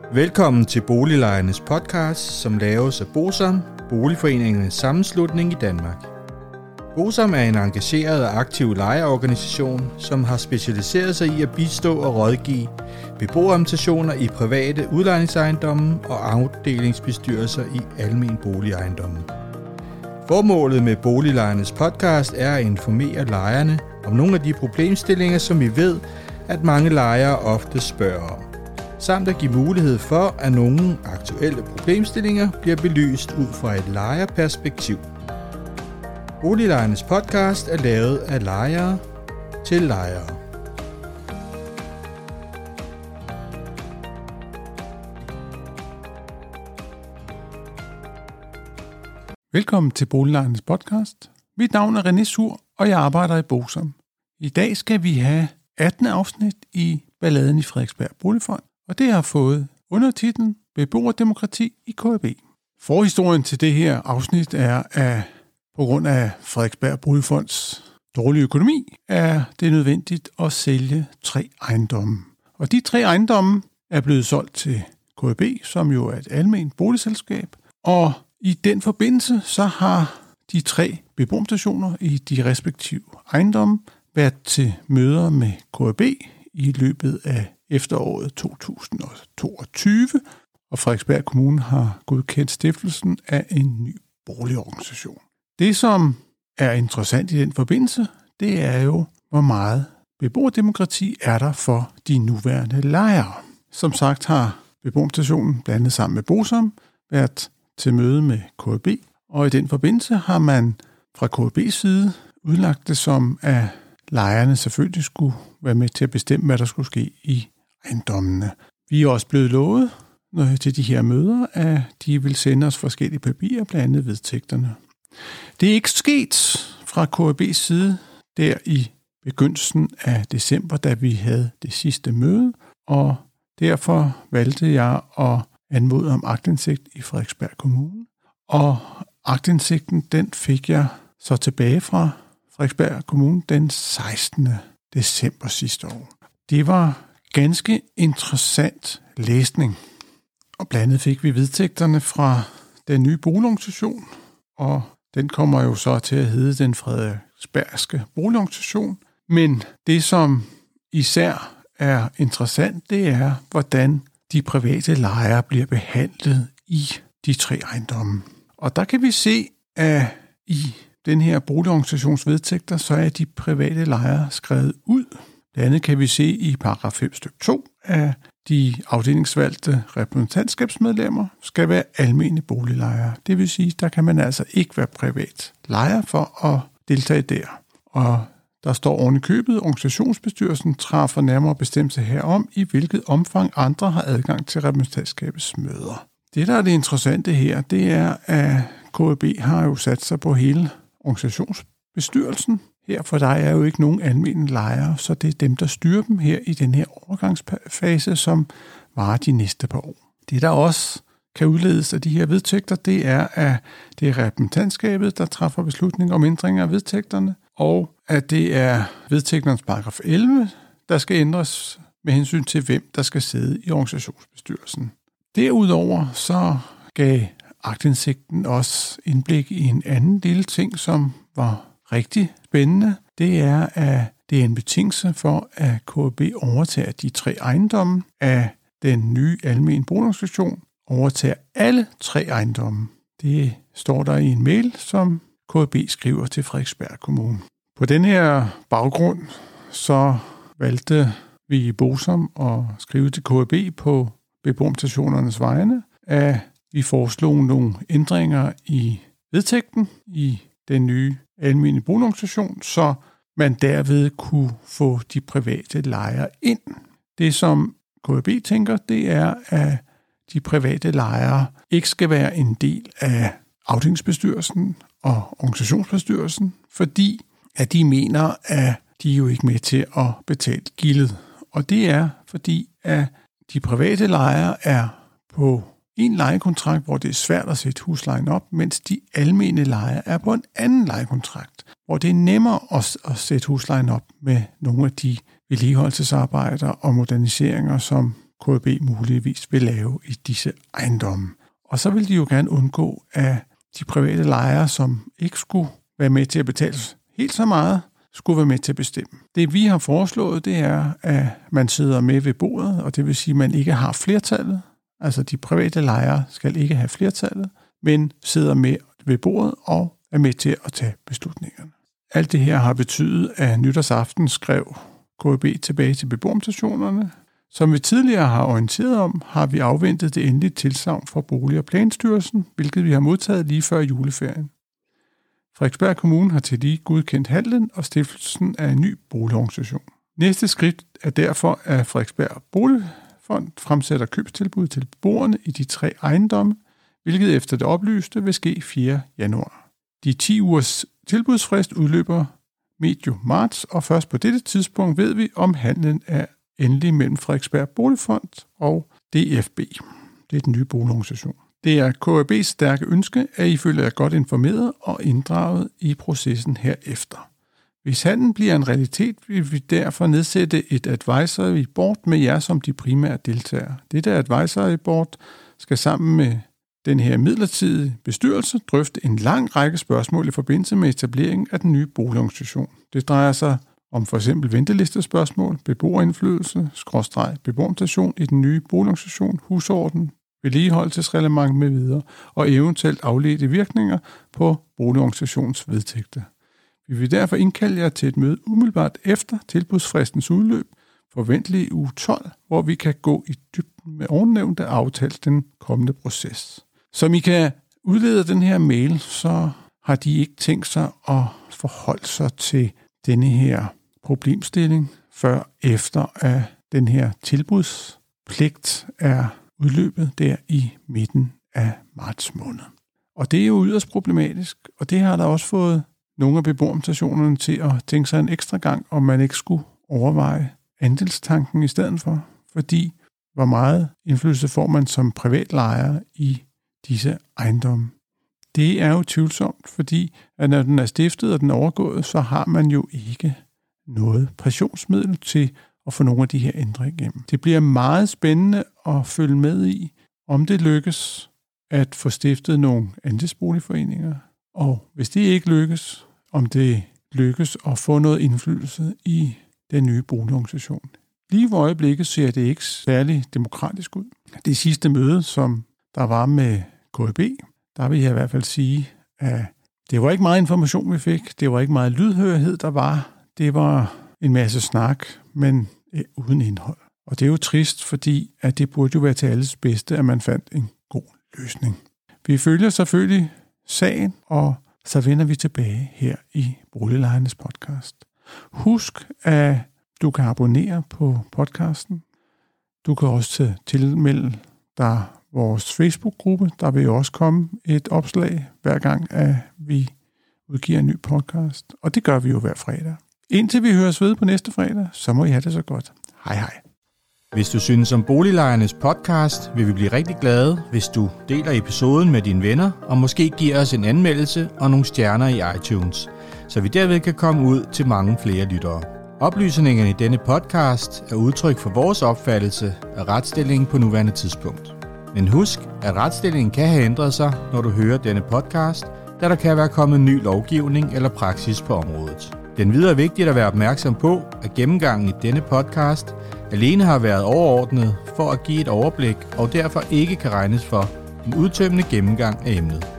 Velkommen til Boliglejernes podcast, som laves af BOSAM, Boligforeningernes Sammenslutning i Danmark. BOSAM er en engageret og aktiv lejerorganisation, som har specialiseret sig i at bistå og rådgive beboerorganisationer i private udlejningsejendomme og afdelingsbestyrelser i almen boligejendomme. Formålet med Boliglejernes podcast er at informere lejerne om nogle af de problemstillinger, som vi ved, at mange lejere ofte spørger om, samt at give mulighed for, at nogle aktuelle problemstillinger bliver belyst ud fra et lejerperspektiv. Boliglejernes podcast er lavet af lejere til lejere. Velkommen til Boliglejernes podcast. Mit navn er René Sur, og jeg arbejder i BOSAM. I dag skal vi have 18. afsnit i Balladen i Frederiksberg Boligfond, og det har fået undertitlen Beboerdemokrati i KAB. Forhistorien til det her afsnit er, at på grund af Frederiksberg Boligfonds dårlige økonomi, er det nødvendigt at sælge 3 ejendomme. Og de 3 ejendomme er blevet solgt til KAB, som jo er et alment boligselskab, og i den forbindelse så har de 3 beboerstationer i de respektive ejendomme været til møder med KAB i løbet af efteråret 2022, og Frederiksberg Kommune har godkendt stiftelsen af en ny boligorganisation. Det, som er interessant i den forbindelse, det er jo, hvor meget beboerdemokrati er der for de nuværende lejere. Som sagt har beboerstationen blandet sammen med BOSAM været til møde med KAB, og i den forbindelse har man fra KAB's side udlagt det som, at lejerne selvfølgelig skulle være med til at bestemme, hvad der skulle ske i ejendommene. Vi er også blevet lovet til de her møder, at de vil sende os forskellige papirer, blandt andet vedtægterne. Det er ikke sket fra KAB's side der i begyndelsen af december, da vi havde det sidste møde, og derfor valgte jeg at anmode om aktindsigt i Frederiksberg Kommune. Og aktindsigten, den fik jeg så tilbage fra Frederiksberg Kommune den 16. december sidste år. Det var ganske interessant læsning, og blandt andet fik vi vedtægterne fra den nye boligorganisation, og den kommer jo så til at hedde den Frederiksbergske boligorganisation. Men det, som især er interessant, det er, hvordan de private lejere bliver behandlet i de 3 ejendomme. Og der kan vi se, at i den her boligorganisations vedtægter, så er de private lejere skrevet ud. Det andet kan vi se i paragraf 5 stykke 2, at de afdelingsvalgte repræsentantskabsmedlemmer skal være almene boliglejere. Det vil sige, der kan man altså ikke være privat lejer for at deltage der. Og der står oven i købet, organisationsbestyrelsen træffer nærmere bestemmelse herom, i hvilket omfang andre har adgang til repræsentantskabets møder. Det, der er det interessante her, det er, at KAB har jo sat sig på hele organisationsbestyrelsen. Her for dig er jo ikke nogen almene lejere, så det er dem, der styrer dem her i den her overgangsfase, som varer de næste par år. Det, der også kan udledes af de her vedtægter, det er, at det er repræsentantskabet, der træffer beslutning om ændringer af vedtægterne, og at det er vedtægternes paragraf 11, der skal ændres med hensyn til, hvem der skal sidde i organisationsbestyrelsen. Derudover så gav aktindsigten også indblik i en anden lille ting, som var rigtig spændende. Det er, at det er en betingelse for, at KAB overtager de 3 ejendomme af den nye almene boligorganisation, overtager alle 3 ejendomme. Det står der i en mail, som KAB skriver til Frederiksberg Kommune. På den her baggrund så valgte vi i BOSAM at skrive til KAB på beboerstationernes vegne, at vi foreslog nogle ændringer i vedtægten i den nye almene boligorganisation, så man derved kunne få de private lejere ind. Det, som KAB tænker, det er, at de private lejere ikke skal være en del af afdelingsbestyrelsen og organisationsbestyrelsen, fordi at de mener, at de jo ikke er med til at betale gildet. Og det er, fordi at de private lejere er på en lejekontrakt, hvor det er svært at sætte huslejen op, mens de almene lejere er på en anden lejekontrakt, hvor det er nemmere at sætte huslejen op med nogle af de vedligeholdelsesarbejder og moderniseringer, som KAB muligvis vil lave i disse ejendomme. Og så vil de jo gerne undgå, at de private lejere, som ikke skulle være med til at betale helt så meget, skulle være med til at bestemme. Det vi har foreslået, det er, at man sidder med ved bordet, og det vil sige, at man ikke har flertallet. Altså de private lejere skal ikke have flertallet, men sidder med ved bordet og er med til at tage beslutningerne. Alt det her har betydet, at nytårsaften skrev KAB tilbage til beboerorganisationerne. Som vi tidligere har orienteret om, har vi afventet det endelige tilsagn fra Bolig- og Planstyrelsen, hvilket vi har modtaget lige før juleferien. Frederiksberg Kommune har til lige godkendt handlen og stiftelsen af en ny boligorganisation. Næste skridt er derfor, at Frederiksberg Boligfond fremsætter købstilbud til beboerne i de 3 ejendomme, hvilket efter det oplyste vil ske 4. januar. De 10 ugers tilbudsfrist udløber medio marts, og først på dette tidspunkt ved vi, om handlen er endelig mellem Frederiksberg Boligfond og DFB. Det er den nye boligorganisation. Det er KAB's stærke ønske, at I føler jer godt informeret og inddraget i processen herefter. Hvis handlen bliver en realitet, vil vi derfor nedsætte et advisory board med jer som de primære deltagere. Dette advisory board skal sammen med den her midlertidige bestyrelse drøfte en lang række spørgsmål i forbindelse med etableringen af den nye boligorganisation. Det drejer sig om for eksempel ventelistespørgsmål, beboerindflydelse, beboerorganisation i den nye boligorganisation, husorden, vedligeholdelsesreglement med videre og eventuelt afledte virkninger på boligorganisationens vedtægter. Vi vil derfor indkalde jer til et møde umiddelbart efter tilbudsfristens udløb, forventeligt i uge 12, hvor vi kan gå i dybden med ovennævnte aftale den kommende proces. Som I kan udlede den her mail, så har de ikke tænkt sig at forholde sig til denne her problemstilling, før efter at den her tilbudspligt er udløbet der i midten af marts måned. Og det er jo yderst problematisk, og det har der også fået nogle af beboerorganisationerne til at tænke sig en ekstra gang, om man ikke skulle overveje andelstanken i stedet for, fordi hvor meget indflydelse får man som privat lejer i disse ejendomme. Det er jo tvivlsomt, fordi at når den er stiftet og den er overgået, så har man jo ikke noget pressionsmiddel til at få nogle af de her ændringer igennem. Det bliver meget spændende at følge med i, om det lykkes at få stiftet nogle andelsboligforeninger, og hvis det ikke lykkes, om det lykkes at få noget indflydelse i den nye boligorganisation. Lige i øjeblikket ser det ikke særlig demokratisk ud. Det sidste møde, som der var med KAB, der vil jeg i hvert fald sige, at det var ikke meget information, vi fik. Det var ikke meget lydhørighed, der var. Det var en masse snak, men uden indhold. Og det er jo trist, fordi at det burde jo være til alles bedste, at man fandt en god løsning. Vi følger selvfølgelig sagen, og så vender vi tilbage her i Boliglejernes podcast. Husk, at du kan abonnere på podcasten. Du kan også tilmelde dig vores Facebook-gruppe. Der vil jo også komme et opslag hver gang, at vi udgiver en ny podcast. Og det gør vi jo hver fredag. Indtil vi høres ved på næste fredag, så må I have det så godt. Hej hej. Hvis du synes om Boliglejernes podcast, vil vi blive rigtig glade, hvis du deler episoden med dine venner, og måske giver os en anmeldelse og nogle stjerner i iTunes, så vi derved kan komme ud til mange flere lyttere. Oplysningerne i denne podcast er udtryk for vores opfattelse af retsstillingen på nuværende tidspunkt. Men husk, at retsstillingen kan have ændret sig, når du hører denne podcast, da der kan være kommet ny lovgivning eller praksis på området. Det er videre vigtigt at være opmærksom på, at gennemgangen i denne podcast alene har været overordnet for at give et overblik og derfor ikke kan regnes for en udtømmende gennemgang af emnet.